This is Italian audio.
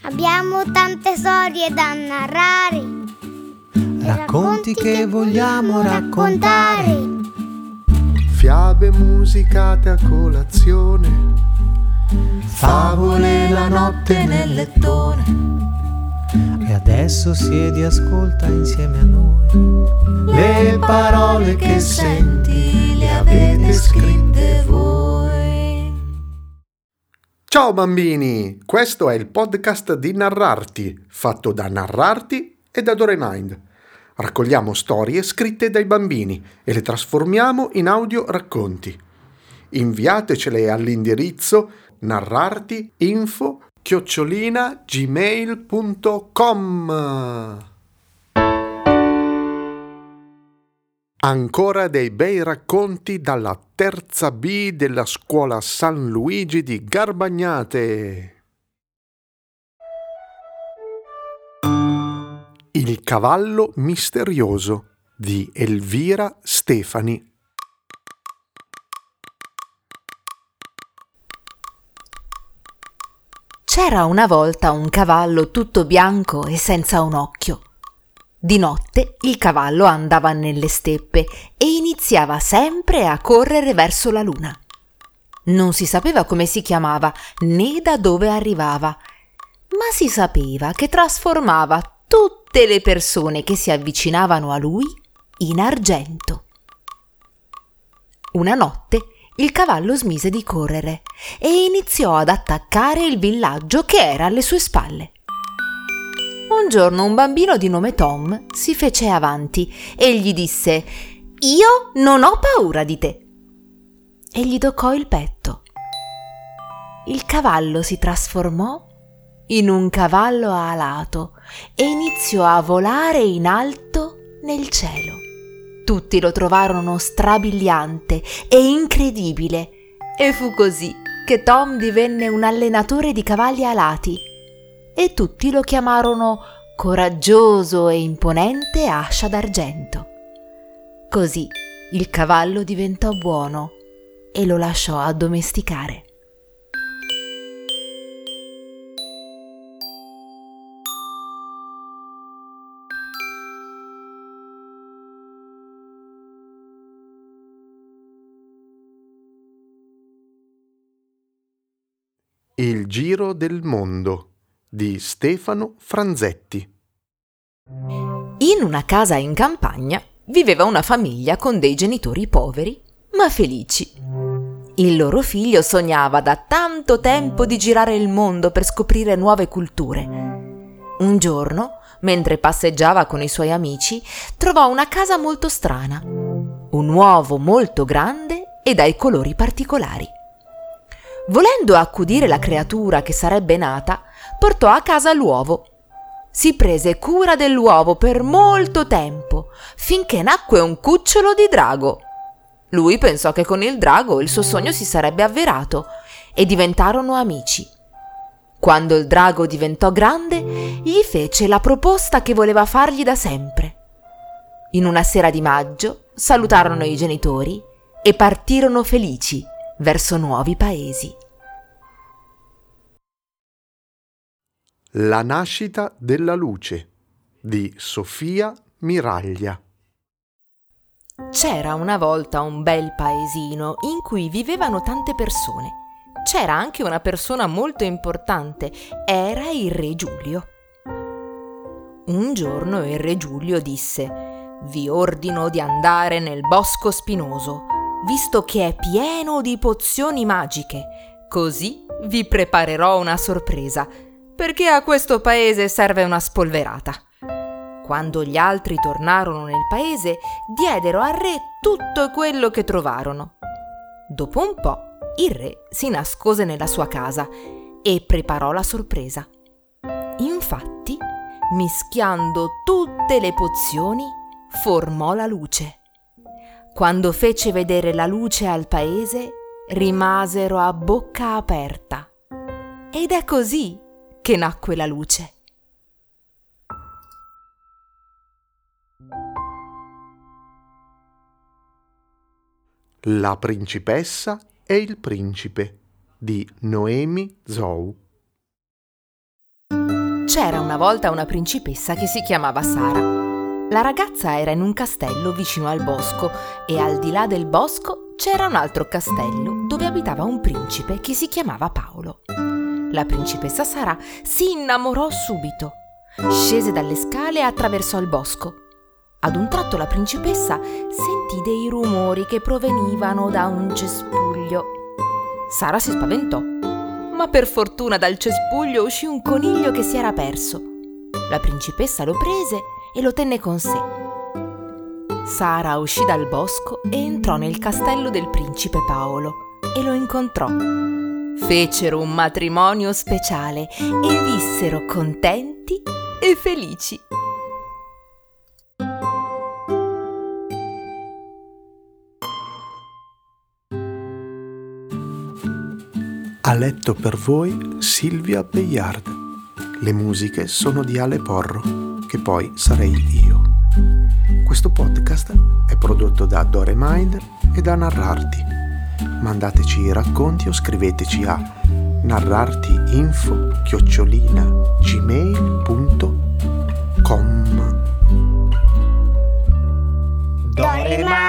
Abbiamo tante storie da narrare, racconti che vogliamo raccontare. Fiabe musicate a colazione, favole la notte nel lettone. E adesso siedi e ascolta insieme a noi. Le parole che senti le avete scritte voi. Ciao bambini, questo è il podcast di Narrarti, fatto da Narrarti e da Doremind. Raccogliamo storie scritte dai bambini e le trasformiamo in audio racconti. Inviatecele all'indirizzo narrarti@gmail.com. Ancora dei bei racconti dalla terza B della scuola San Luigi di Garbagnate. Il cavallo misterioso di Elvira Stefani. C'era una volta un cavallo tutto bianco e senza un occhio. Di notte il cavallo andava nelle steppe e iniziava sempre a correre verso la luna. Non si sapeva come si chiamava né da dove arrivava, ma si sapeva che trasformava tutte le persone che si avvicinavano a lui in argento. Una notte il cavallo smise di correre e iniziò ad attaccare il villaggio che era alle sue spalle. Un giorno un bambino di nome Tom si fece avanti e gli disse: «Io non ho paura di te!» e gli toccò il petto. Il cavallo si trasformò in un cavallo alato e iniziò a volare in alto nel cielo. Tutti lo trovarono strabiliante e incredibile e fu così che Tom divenne un allenatore di cavalli alati e tutti lo chiamarono coraggioso e imponente Ascia d'Argento. Così il cavallo diventò buono e lo lasciò addomesticare. Il giro del mondo di Stefano Franzetti. In una casa in campagna viveva una famiglia con dei genitori poveri ma felici. Il loro figlio sognava da tanto tempo di girare il mondo per scoprire nuove culture. Un giorno, mentre passeggiava con i suoi amici, trovò una casa molto strana, un uovo molto grande e dai colori particolari. Volendo accudire la creatura che sarebbe nata, portò a casa l'uovo. Si prese cura dell'uovo per molto tempo, finché nacque un cucciolo di drago. Lui pensò che con il drago il suo sogno si sarebbe avverato e diventarono amici. Quando il drago diventò grande, gli fece la proposta che voleva fargli da sempre. In una sera di maggio salutarono i genitori e partirono felici verso nuovi paesi. La nascita della luce di Sofia Miraglia. C'era una volta un bel paesino in cui vivevano tante persone. C'era anche una persona molto importante, era il re Giulio. Un giorno il re Giulio disse: «Vi ordino di andare nel bosco spinoso, visto che è pieno di pozioni magiche. Così vi preparerò una sorpresa, perché a questo paese serve una spolverata». Quando gli altri tornarono nel paese, diedero al re tutto quello che trovarono. Dopo un po', il re si nascose nella sua casa e preparò la sorpresa. Infatti, mischiando tutte le pozioni, formò la luce. Quando fece vedere la luce al paese, rimasero a bocca aperta. Ed è così che nacque la luce. La principessa e il principe di Noemi Zhou. C'era una volta una principessa che si chiamava Sara. La ragazza era in un castello vicino al bosco e al di là del bosco c'era un altro castello dove abitava un principe che si chiamava Paolo. La principessa Sara si innamorò subito. Scese dalle scale e attraversò il bosco. Ad un tratto la principessa sentì dei rumori che provenivano da un cespuglio. Sara si spaventò, ma per fortuna dal cespuglio uscì un coniglio che si era perso. La principessa lo prese e lo tenne con sé. Sara uscì dal bosco e entrò nel castello del principe Paolo e lo incontrò. Fecero un matrimonio speciale e vissero contenti e felici. Ha letto per voi Silvia Bayard. Le musiche sono di Ale Porro, che poi sarei io. Questo podcast è prodotto da Dore Mind e da Narrarti. Mandateci i racconti o scriveteci a narrartiinfo@gmail.com. Dore Mind.